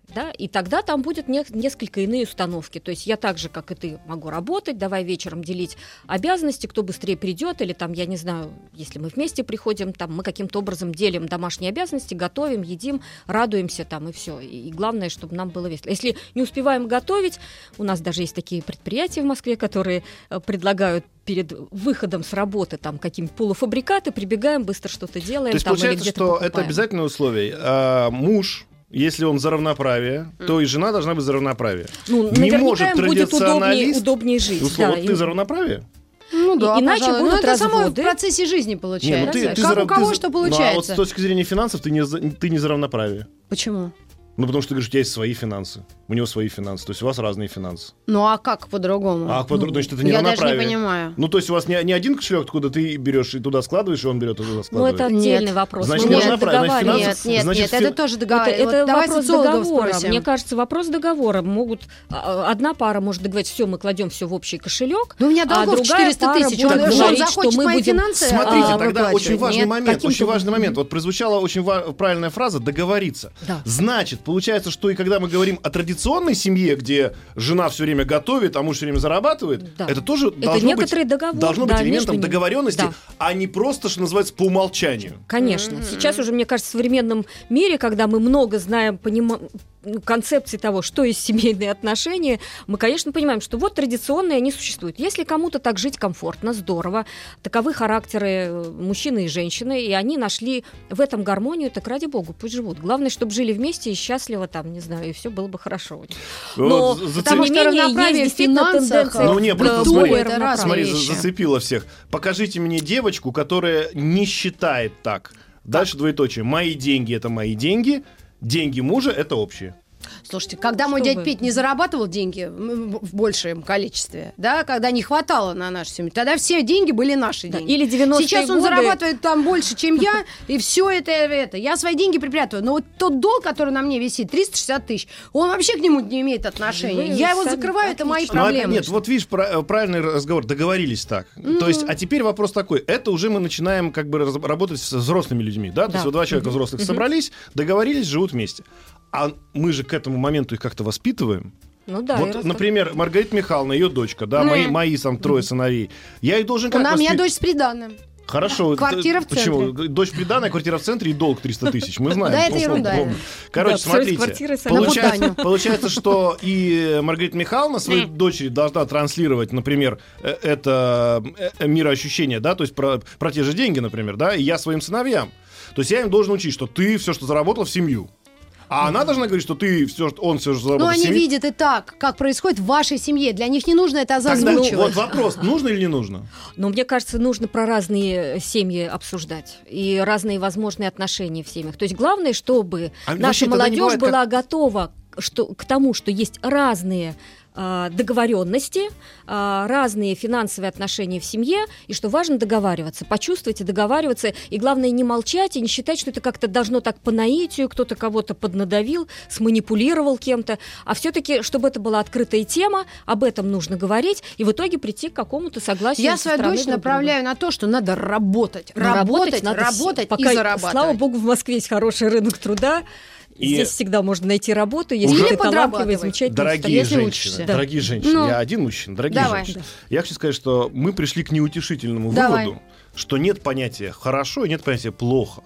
Да, и тогда там будет не, несколько иные установки. То есть я так же, как и ты, могу работать, давай вечером делить обязанности, кто быстрее придет, или там, я не знаю, если мы вместе приходим, там мы каким-то образом делим домашние обязанности, готовим, едим, радуемся там и все. И, и главное, чтобы нам было весело. Если не успеваем готовить, у нас даже есть такие предприятия в Москве, которые э, предлагают перед выходом с работы там какие-нибудь полуфабрикаты, прибегаем, быстро что-то делаем. То есть там, получается, что покупаем. Это обязательное условие. А, муж... Если он за равноправие, mm. то и жена должна быть за равноправие. Ну, не может им будет удобнее, удобнее жить. Условно, да, ты и... за равноправие? Ну да, и, иначе пожалуй. будут это разводы. Само в процессе жизни получается. Не, ну ты, ты как за, у кого ты, что получается. Ну, а вот с точки зрения финансов ты не за, ты не за равноправие. Почему? Ну, потому что ты говоришь, у тебя есть свои финансы, у него свои финансы, то есть у вас разные финансы. Ну, а как по-другому? А по-другому, ну, значит, это не я равноправие. даже не понимаю. Ну, то есть у вас не, не один кошелек, куда ты берешь и туда складываешь, и он берет и туда Ну, складывает. это отдельный Нет. вопрос. Значит, Мы не можем равноправие. Значит, договариваться. Нет, нет, Значит, нет, все- это тоже Это, договор. это вот давай вопрос социологов договора. спросим. Мне кажется, вопрос договора. Могут а, одна пара может договориться, все, мы кладем все в общий кошелек. Ну, у меня а долгов другая четыреста пара тысяч. будет Он, говорить, он что захочет мы мои будем... финансы Смотрите, а, тогда выплачивать. очень важный Нет, момент, каким-то очень важный образом. момент. Вот прозвучала очень ва- правильная фраза «договориться». Да. Значит, получается, что и когда мы говорим о традиционной семье, где жена все время готовит, а муж все время зарабатывает, Да. это тоже Это должно быть, некоторый договор, должно да, быть элементом между ними. договоренности, Да. а не просто, что называется, по умолчанию. Конечно. Сейчас уже, мне кажется, в современном мире, когда мы много знаем, понимаем концепции того, что есть семейные отношения, мы, конечно, понимаем, что вот традиционные они существуют. Если кому-то так жить комфортно, здорово, таковы характеры мужчины и женщины, и они нашли в этом гармонию, так ради бога, пусть живут. Главное, чтобы жили вместе и счастливо там, не знаю, и все было бы хорошо. Но, Вот за- тем не Потому что менее, равноправие есть в действительно финансах, тенденция Ну, не, к просто другой смотри, это разные Смотри, вещи. за- зацепила всех. Покажите мне девочку, которая не считает так. Дальше двоеточие. Мои деньги — это мои деньги, деньги мужа — это общие. Слушайте, когда мой Чтобы- дядя Петя не зарабатывал деньги м, в большем количестве, да, когда не хватало на нашу семью, тогда все деньги были наши Да, деньги. или девяностые Сейчас он годы. зарабатывает там больше, чем я, и все это, это. Я свои деньги припрятываю. Но вот тот долг, который на мне висит, триста шестьдесят тысяч, он вообще к нему не имеет отношения. Вы Я его сами закрываю, это мои отлично. Ну, а, проблемы. нет, вот видишь, про- правильный разговор, договорились так. То есть, а теперь вопрос такой, это уже мы начинаем как бы раз- работать с взрослыми людьми, да? То Да. есть вот два человека взрослых собрались, договорились, живут вместе. А мы же к этому моменту их как-то воспитываем. Ну да, и Вот, раз- например, Маргарита Михайловна, ее дочка, да, Ну. мои, мои там трое сыновей. Я их должен как У меня воспит- дочь с приданным. Хорошо. Квартира т- в Почему? Дочь приданая, квартира в центре и долг триста тысяч. Мы знаем. Да, это условно, ерунда. помню. Короче, Да, всё из смотрите. квартиры сами. Получается, На Бутаню. получается, что и Маргарита Михайловна своей Да. дочери должна транслировать, например, э, это э, мироощущение, да, то есть про, про те же деньги, например, да, и я своим сыновьям. То есть я им должен учить, что ты все, что заработал, в семью. А она должна говорить, что ты все, что он все, что заработал, Но в они семью. видят и так, как происходит в вашей семье. Для них не нужно это Тогда, озвучивать. вот вопрос, нужно или не нужно? Но мне кажется, нужно про разные семьи обсуждать и разные возможные отношения в семьях. То есть главное, чтобы А вообще наша тогда не молодежь бывает, как- была готова что, к тому, что есть разные а, договоренности, а, разные финансовые отношения в семье, и что важно договариваться, почувствовать и договариваться, и главное не молчать и не считать, что это как-то должно так по наитию, кто-то кого-то поднадавил, сманипулировал кем-то, а все-таки, чтобы это была открытая тема, об этом нужно говорить, и в итоге прийти к какому-то согласию. Я со свою стороны дочь друг друга. направляю на то, что надо работать. Но Работать, надо работать, с- пока, и зарабатывать. Слава богу, в Москве есть хороший рынок труда. И Здесь всегда можно найти работу, если Уже ты талантливый, подрабатывать. замечательный. Дорогие если женщины, учишься. дорогие женщины, Ну. я один мужчина, дорогие Давай. женщины. Я хочу сказать, что мы пришли к неутешительному Давай. выводу, что нет понятия хорошо и нет понятия плохо.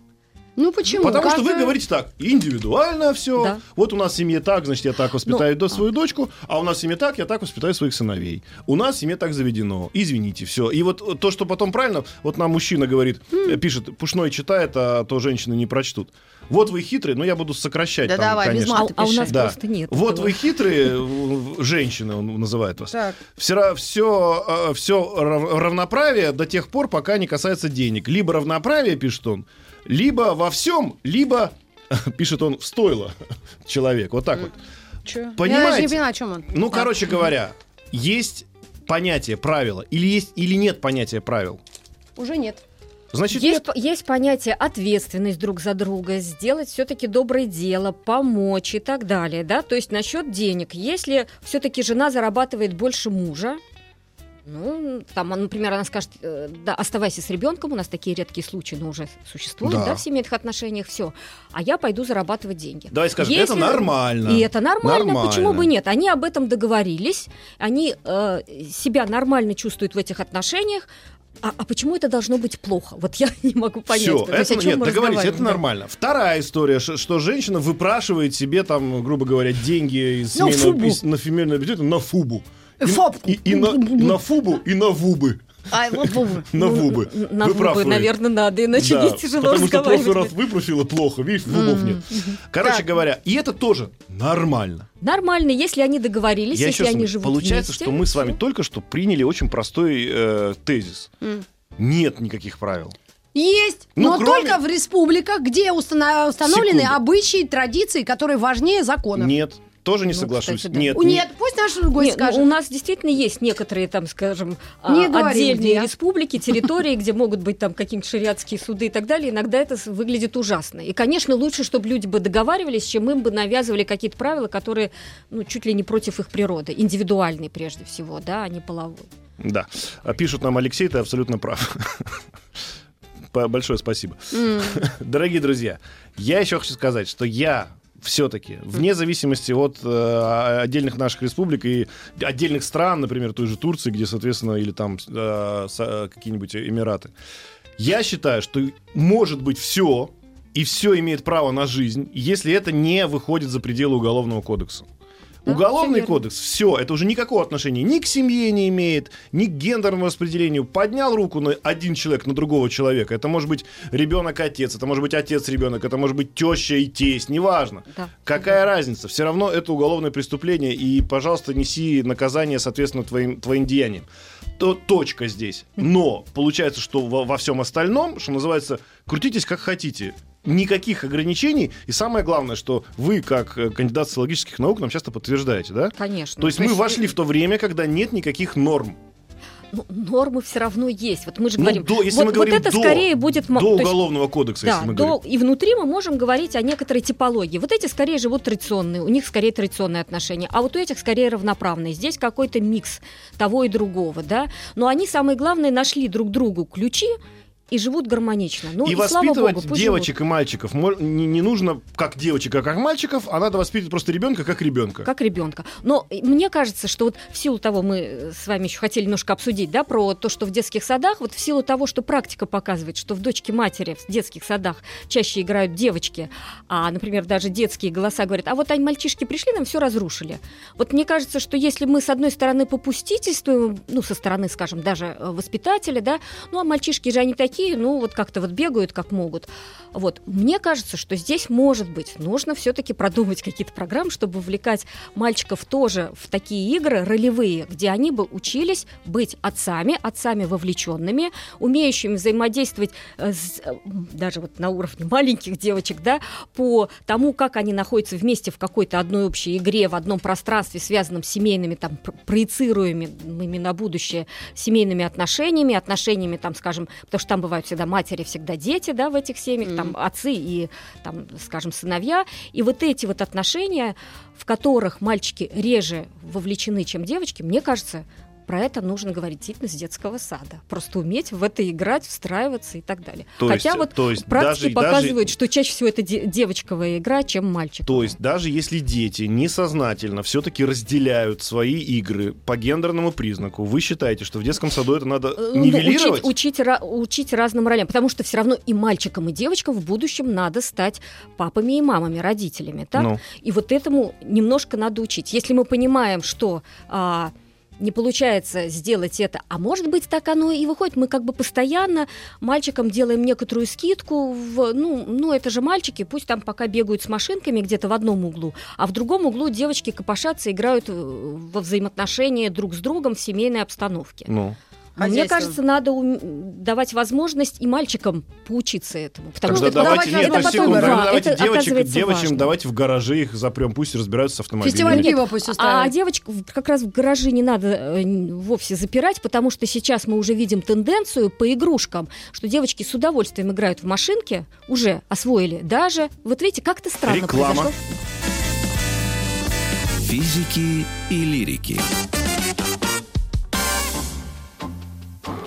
Ну почему? Потому что вы Каждая- говорите так, индивидуально все. Да. Вот у нас в семье так, значит, я так воспитаю до свою дочку, а у нас в семье так, я так воспитаю своих сыновей. У нас в семье так заведено. Извините, все. И вот то, что потом правильно, вот нам мужчина говорит, э, пишет, Пушной читает, а то женщины не прочтут. Вот вы хитрые, но я буду сокращать Да там, давай, без конечно. мата А, а у пиши. нас Да. просто нет. Вот этого. вы хитрые в- в- женщины, он называет вас. Так. Все, все, все равноправие до тех пор, пока не касается денег. Либо равноправие, пишет он, либо во всем, либо, пишет он, в стойло человек. Вот так вот. Чё? Я даже Понимаете? не понимаю, о чем он. Ну, Да. короче говоря, есть понятие правила или есть или нет понятия правил? Уже нет. Значит, Есть, нет. по- есть понятие ответственность друг за друга, сделать все-таки доброе дело, помочь и так далее, да. То есть насчет денег, если все-таки жена зарабатывает больше мужа, Ну, там, например, она скажет, э, да, оставайся с ребенком, у нас такие редкие случаи, но уже существуют, Да. да, в семейных отношениях, все. А я пойду зарабатывать деньги. Давай скажем, Если- это нормально. И это нормально, Нормально. почему бы нет? Они об этом договорились, они э, себя нормально чувствуют в этих отношениях. А, а почему это должно быть плохо? Вот я не могу понять. Все, То есть, это, о чем нет, мы договорились, это разговариваем, да. нормально. Вторая история, ш- что женщина выпрашивает себе, там, грубо говоря, деньги из На семейного фубу. из- на феминного бюджета на фубу. И, Фобку. и- и на, и на фубу, и на вубы. Ай, вот, вот. На Ну, вубы. На вубы, Выпрашивает. наверное, надо, иначе Да, не тяжело потому что разговаривать. прошлый раз выпросила плохо, видишь, вубов нет. Короче Так. говоря, и это тоже нормально. Нормально, если они договорились, Я если еще они раз живут говорю, получается, вместе, что мы с вами всё. только что приняли очень простой э, тезис. Нет никаких правил. Есть, Ну, но кроме- только в республиках, где установ- установлены Секунду. обычаи, традиции, которые важнее законов. Нет, тоже не Ну, соглашусь. кстати, да. Нет, У, не- нет, пусть наш гость Нет, скажет. ну, у нас действительно есть некоторые, там, скажем, а, Не говорим, отдельные где. республики, территории, где могут быть там какие-то шариатские суды и так далее. Иногда это с- выглядит ужасно. И, конечно, лучше, чтобы люди бы договаривались, чем им бы навязывали какие-то правила, которые, ну, чуть ли не против их природы. Индивидуальные, прежде всего, да, а не половой. Да. А пишут нам: Алексей, ты абсолютно прав. По- Большое спасибо. Дорогие друзья, я еще хочу сказать, что я все-таки, вне зависимости от э, отдельных наших республик и отдельных стран, например, той же Турции, где, соответственно, или там э, со- какие-нибудь Эмираты, я считаю, что может быть все, и все имеет право на жизнь, если это не выходит за пределы Уголовного кодекса. Да, Уголовный всё верно. кодекс, все, это уже никакого отношения ни к семье не имеет, ни к гендерному распределению. Поднял руку на один человек на другого человека. Это может быть ребенок-отец, это может быть отец-ребенок, это может быть теща и тесть, неважно. Да. Какая разница? Все равно это уголовное преступление, и, пожалуйста, неси наказание, соответственно, твоим, твоим деяниям. То точка здесь. Но получается, что во, во всем остальном, что называется, крутитесь как хотите. Никаких ограничений. И самое главное, что вы, как э, кандидат социологических наук, нам часто подтверждаете, да? Конечно. То есть мы вошли в то время, когда нет никаких норм. Ну, нормы все равно есть. Вот мы же Ну, говорим, до- если вот, мы говорим вот это до- скорее будет... мо- До то есть- Уголовного кодекса, Да, если мы до- говорим. и внутри мы можем говорить о некоторой типологии. Вот эти скорее живут традиционные, у них скорее традиционные отношения, а вот у этих скорее равноправные. Здесь какой-то микс того и другого, да. Но они, самое главное, нашли друг другу ключи и живут гармонично. Ну, И, и, слава воспитывать богу, пусть девочек и мальчиков мо- не, не нужно как девочек, а как мальчиков, а надо воспитывать просто ребенка как ребенка. как ребенка. Но мне кажется, что вот в силу того, мы с вами еще хотели немножко обсудить, да, про то, что в детских садах, вот в силу того, что практика показывает, что в дочке матери в детских садах чаще играют девочки, а, например, даже детские голоса говорят, а вот они, мальчишки, пришли, нам все разрушили. Вот мне кажется, что если мы, с одной стороны, попустительствуем, ну, со стороны, скажем, даже э, воспитателя, да, ну, а мальчишки же они такие, ну, вот как-то вот бегают, как могут. Вот, мне кажется, что здесь, может быть, нужно все-таки продумать какие-то программы, чтобы вовлекать мальчиков тоже в такие игры ролевые, где они бы учились быть отцами, отцами вовлеченными, умеющими взаимодействовать э, с, э, даже вот на уровне маленьких девочек, да, по тому, как они находятся вместе в какой-то одной общей игре, в одном пространстве, связанном с семейными, там, пр- проецируемыми на будущее семейными отношениями, отношениями, там, скажем, потому что там бывают всегда матери, всегда дети, да, в этих семьях, mm-hmm. там, отцы и, там, скажем, сыновья. И вот эти вот отношения, в которых мальчики реже вовлечены, чем девочки, мне кажется, про это нужно говорить действительно с детского сада. Просто уметь в это играть, встраиваться и так далее. То Хотя есть- вот то есть практики даже- показывают, даже- что чаще всего это де- девочковая игра, чем мальчик. То есть даже если дети несознательно все-таки разделяют свои игры по гендерному признаку, вы считаете, что в детском саду это надо Ну, нивелировать? Учить, учить, ра- учить разным ролям, потому что все равно и мальчикам, и девочкам в будущем надо стать папами и мамами, родителями. Так? Ну. И вот этому немножко надо учить. Если мы понимаем, что... А, не получается сделать это, а может быть так оно и выходит, мы как бы постоянно мальчикам делаем некоторую скидку, в, ну, ну это же мальчики, пусть там пока бегают с машинками где-то в одном углу, а в другом углу девочки копошатся, играют во взаимоотношения друг с другом в семейной обстановке. Ну. Но мне Хозяйство. кажется, надо ум- давать возможность и мальчикам поучиться этому. Потому Тогда что это давайте, давать нет, это то есть, потом, секунду, да, тогда давайте это девочек, оказывается девочкам важно. давайте в гаражи их запрем, пусть разбираются с автомобилями. Фестиваль Нет, пива пусть А устраивает. девочек в- как раз в гаражи не надо э, н- вовсе запирать, потому что сейчас мы уже видим тенденцию по игрушкам, что девочки с удовольствием играют в машинки, уже освоили даже. Вот видите, как-то странно Реклама. произошло. Физики и лирики.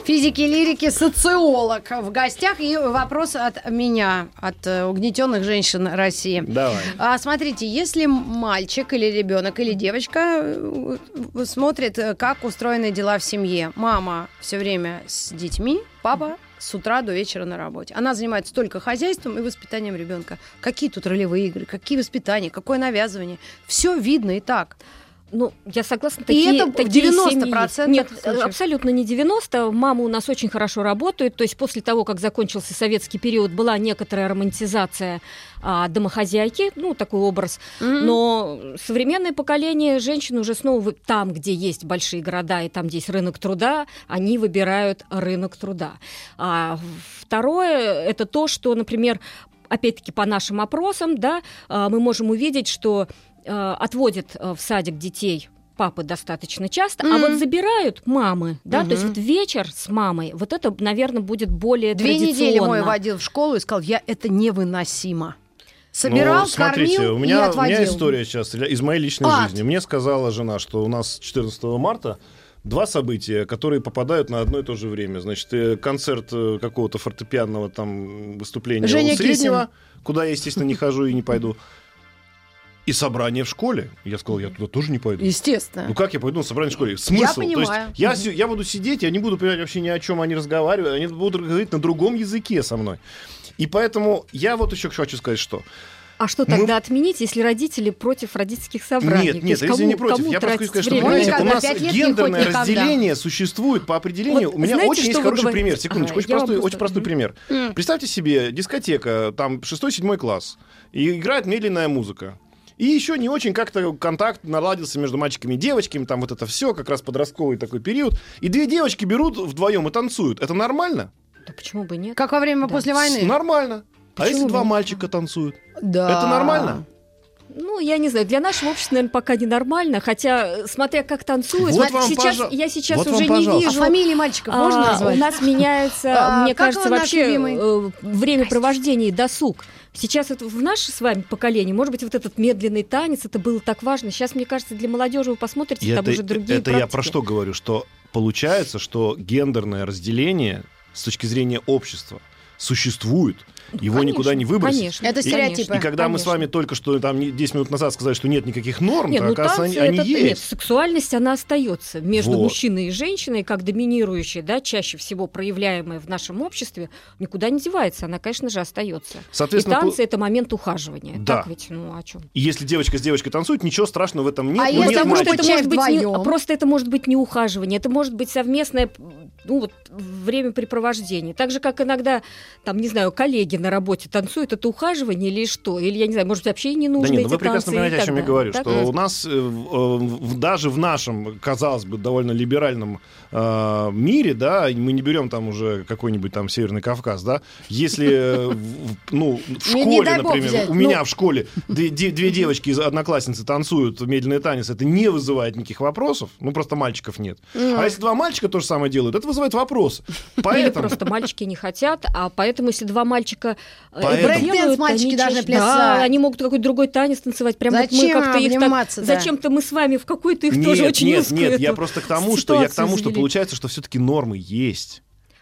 физики, лирики, социолог в гостях. И вопрос от меня, от угнетенных женщин России. Давай. А, смотрите, если мальчик или ребенок или девочка смотрит, как устроены дела в семье, мама все время с детьми, папа с утра до вечера на работе. Она занимается только хозяйством и воспитанием ребенка. Какие тут ролевые игры, какие воспитания, какое навязывание. Все видно и так. Ну, я согласна, И такие, это такие девяносто процентов Нет, случаев. абсолютно не девяносто. Мамы у нас очень хорошо работают. То есть после того, как закончился советский период, была некоторая романтизация а, домохозяйки, ну, такой образ. Mm-hmm. Но современное поколение женщин уже снова там, где есть большие города и там, где есть рынок труда, они выбирают рынок труда. А второе, это то, что, например, опять-таки по нашим опросам, да, мы можем увидеть, что отводят в садик детей папы достаточно часто, mm-hmm. а вот забирают мамы, да, mm-hmm. то есть вот вечер с мамой, вот это, наверное, будет более Две традиционно. Две недели мой водил в школу и сказал, я это невыносимо. Собирал, ну, смотрите, кормил у меня, и отводил. У меня история сейчас из моей личной Ад. жизни. Мне сказала жена, что у нас четырнадцатого марта два события, которые попадают на одно и то же время. Значит, концерт какого-то фортепианного там выступления Женя у среднего, Кисин. куда я, естественно, не хожу и не пойду. И собрание в школе. Я сказал, я туда тоже не пойду. Естественно. Ну как я пойду на собрание в школе? Смысл? Я понимаю. То есть я, mm-hmm. я буду сидеть, я не буду понимать вообще ни о чем они разговаривают, они будут говорить на другом языке со мной. И поэтому я вот еще хочу сказать, что... А что тогда Мы... отменить, если родители против родительских собраний? Нет, нет, если не против. Я просто хочу сказать, что понимаете, у нас гендерное разделение существует по определению. Вот, у меня знаете, очень есть хороший пример. Секундочку, ага, очень, простой, очень простой пример. Mm. Представьте себе, дискотека, там шестой-седьмой класс, и играет медленная музыка. И еще не очень как-то контакт наладился между мальчиками и девочками, там вот это все, как раз подростковый такой период. И две девочки берут вдвоем и танцуют. Это нормально? Да почему бы нет? Как во время да. после войны? Нормально. Почему а если нет? Два мальчика танцуют? Да. Это нормально? Ну, я не знаю, для нашего общества, наверное, пока не нормально, хотя, смотря как танцуют, вот сейчас, пожа... я сейчас вот уже не пожалуйста. вижу... А фамилии мальчиков а, можно назвать? У нас меняется, а, мне кажется, вообще любимый? времяпровождение и досуг. Сейчас это в наше с вами поколение, может быть, вот этот медленный танец, это было так важно. Сейчас, мне кажется, для молодежи вы посмотрите, и там это, уже другие Это практики. Я про что говорю, что получается, что гендерное разделение с точки зрения общества существует. Его конечно, никуда не выбросить. Конечно, это стереотипы. И когда конечно. мы с вами только что там десять минут назад сказали, что нет никаких норм, нет, то, ну, оказывается, они, это, они есть. Нет, сексуальность, она остается между вот. мужчиной и женщиной, как доминирующая, да, чаще всего проявляемая в нашем обществе, никуда не девается. Она, конечно же, остается. И танцы по... — это момент ухаживания. Да. Так ведь, ну, о чем? И если девочка с девочкой танцует, ничего страшного в этом нет. А ну, если нет может мальчика. это может быть вдвоем? не, просто это может быть не ухаживание, это может быть совместное, ну, вот, времяпрепровождение. Так же, как иногда, там, не знаю, коллеги на работе танцуют, это ухаживание или что? Или, я не знаю, может быть, вообще не нужно да нет, эти ну вы прекрасно танцы понимаете, о чем я говорю, так? что у нас э, э, даже в нашем, казалось бы, довольно либеральном э, мире, да, мы не берем там уже какой-нибудь там Северный Кавказ, да, если, э, в, ну, в школе, например, у меня в школе две, две девочки, одноклассницы танцуют медленный танец, это не вызывает никаких вопросов, ну, просто мальчиков нет. А если два мальчика то же самое делают, это вызывает вопросы. Поэтому... Или просто мальчики не хотят, а поэтому, если два мальчика Поэтому... Брейк-дэнс мальчики должны плясать. Да, они могут какой-то другой танец танцевать. Прям зачем вот мы как-то их так... да. Зачем-то мы с вами в какой-то их нет, тоже очень Нет, узкую нет, я просто к тому, что я к тому, завели. что получается, что все-таки нормы есть.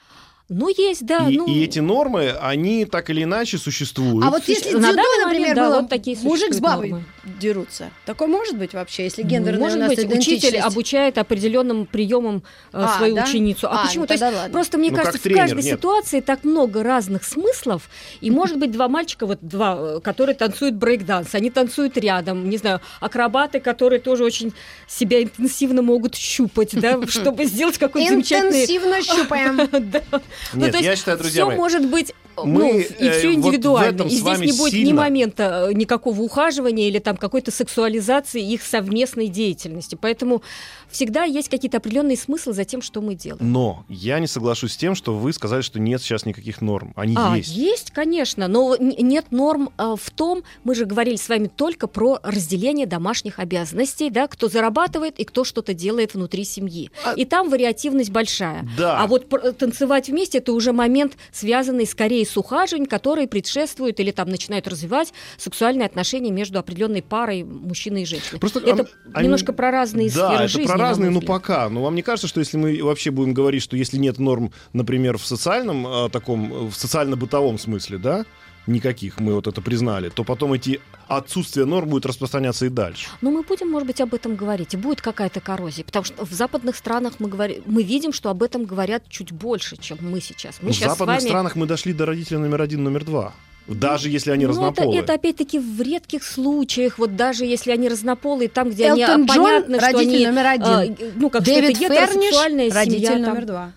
Ну, есть, да. И, ну... и эти нормы, они так или иначе существуют. А вот если на дзюдо, данный например, момент, да, было, вот такие мужик с бабой нормы. Дерутся. Такое может быть вообще, если Ну, гендерная может у нас быть, идентичность? учитель обучает определенным приемам э, А, свою да? ученицу. А, А, почему? ну То есть тогда ладно. просто мне Ну, кажется, как в тренер, каждой нет. ситуации так много разных смыслов, и может быть два мальчика, вот два, э, которые танцуют брейк-данс, они танцуют рядом, не знаю, акробаты, которые тоже очень себя интенсивно могут щупать, да, чтобы сделать какой-то замечательный... Интенсивно щупаем. Нет, я считаю, друзья все мои, может быть, мы, ну, и э, все вот индивидуально. в этом И с здесь вами не будет ни сильно- момента э, никакого ухаживания или там какой-то сексуализации их совместной деятельности. Поэтому всегда есть какие-то определенные смыслы за тем, что мы делаем. Но я не соглашусь с тем, что вы сказали, что нет сейчас никаких норм. Они А, есть. есть, конечно, но н- нет норм э, в том, мы же говорили с вами только про разделение домашних обязанностей, да, кто зарабатывает и кто что-то делает внутри семьи. А- И там вариативность большая. Да. А вот пр- танцевать вместе — это уже момент, связанный скорее с ухаживанием, который предшествует или там начинают развивать сексуальные отношения между определенной парой мужчины и женщины. Просто, это а, немножко а, про разные да, сферы это жизни. про разные, но ну пока. Но вам не кажется, что если мы вообще будем говорить, что если нет норм, например, в социальном э, таком, в социально-бытовом смысле, да, никаких, мы вот это признали, то потом эти отсутствие норм будет распространяться и дальше. Но мы будем, может быть, об этом говорить, и будет какая-то коррозия, потому что в западных странах мы, говорим, мы видим, что об этом говорят чуть больше, чем мы сейчас. Мы в сейчас западных с вами... странах мы дошли до родителя номер один, номер два. Даже если они ну, разнополые. Это, это опять-таки в редких случаях, вот даже если они разнополые, там, где Элтон они, Джон, понятно, что родитель они... номер один. А, ну, как Дэвид что это гетеросексуальная Ферниш, родитель семья, номер там. два.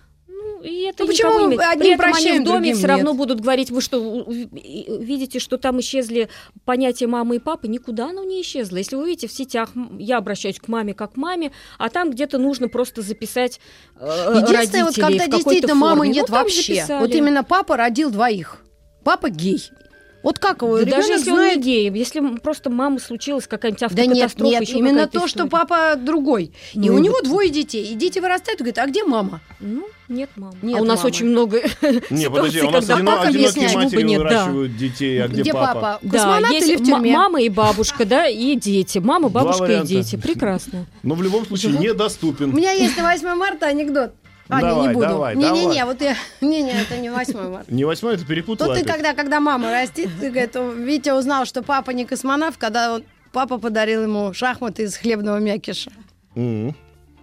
И это Ну, никого почему не имеет. одним При этом они прощаем, в доме другим все равно нет? будут говорить, вы что, видите, что там исчезли понятия мамы и папы? Никуда оно не исчезло. Если вы видите в сетях, я обращаюсь к маме как к маме, а там где-то нужно просто записать э, Единственное, родителей вот когда в какой-то действительно мамы форме. нет Ну, там вообще. записали. Вот именно папа родил двоих. Папа гей. Вот как его Да ребенок даже если знает... он не гей, если просто мама случилась какая-нибудь Да нет, автокатастрофа, нет, еще именно какая-то то, что история. папа другой. И Ну, у и него вот- двое детей. И дети вырастают и говорят, а где мама? Ну, нет мамы. Нет а у нас мамы. очень много Не, подожди, ситуаций, а у нас когда одино- папа одинокие объясняет, матери почему нет, да. выращивают детей, а где, Где папа? папа? Да, Космонавт есть или в ма- тюрьме? мама и бабушка, да, и дети. Мама, Два бабушка и варианта. дети. Прекрасно. Но в любом случае Живут? недоступен. У меня есть на восьмое марта анекдот. А, Давай, не, не буду. давай, Не-не-не, давай. вот я... Не-не, это не восьмое марта. Не восьмой, это перепутала То ты опять. когда, когда мама растит, ты, говорит, Витя узнал, что папа не космонавт, когда он, папа подарил ему шахматы из хлебного мякиша. Мгм.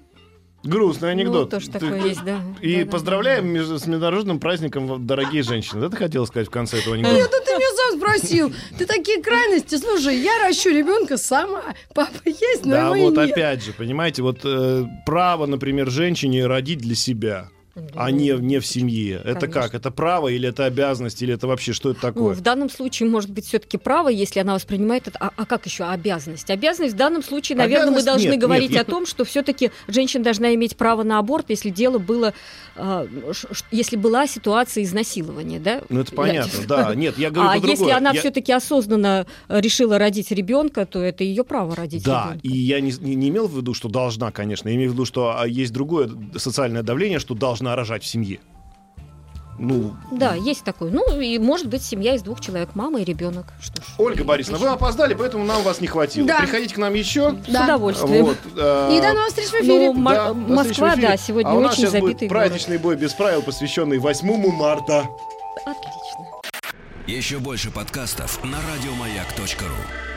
Грустный анекдот. Ну, тоже Ты- такое есть, да. И Да, да, поздравляем между- с международным праздником, дорогие женщины. Это ты хотела сказать в конце этого анекдота? Нет, ну ты меня сам спросил. Ты такие крайности. Слушай, я ращу ребенка сама. Папа есть, но Да, его и вот нет. опять же, понимаете, вот э, право, например, женщине родить для себя, а не, не в семье. Это Конечно. как? Это право или это обязанность, или это вообще что это Ну, такое? в данном случае, может быть, все-таки право, если она воспринимает это. А, а как еще обязанность? Обязанность в данном случае, наверное, мы Обязанность должны нет, говорить нет, о том, что все-таки женщина должна иметь право на аборт, если дело было, а, ш- ш- если была ситуация изнасилования, да? Ну, это понятно, да. Нет, я говорю А по другому. если она Я- все-таки осознанно э, решила родить ребенка, то это ее право родить Да, ребенка. и я не, не- не имел в виду, что должна, конечно. Я имею в виду, что а, есть другое социальное давление, что должна рожать в семье. Ну, Да, есть такое. Ну, и может быть семья из двух человек, мама и ребенок. Что ж, Ольга и- Борисовна, вы опоздали, поэтому нам вас не хватило. Да. Приходите к нам еще. С Да. удовольствием. Вот, э, И до новых встреч в эфире. Ну, Ма- да, до Москва, встречи в эфире. да, сегодня а у нас очень сейчас будет забитый город. праздничный бой без правил, посвященный восьмому марта. Отлично. Еще больше подкастов на радиомаяк точка ру.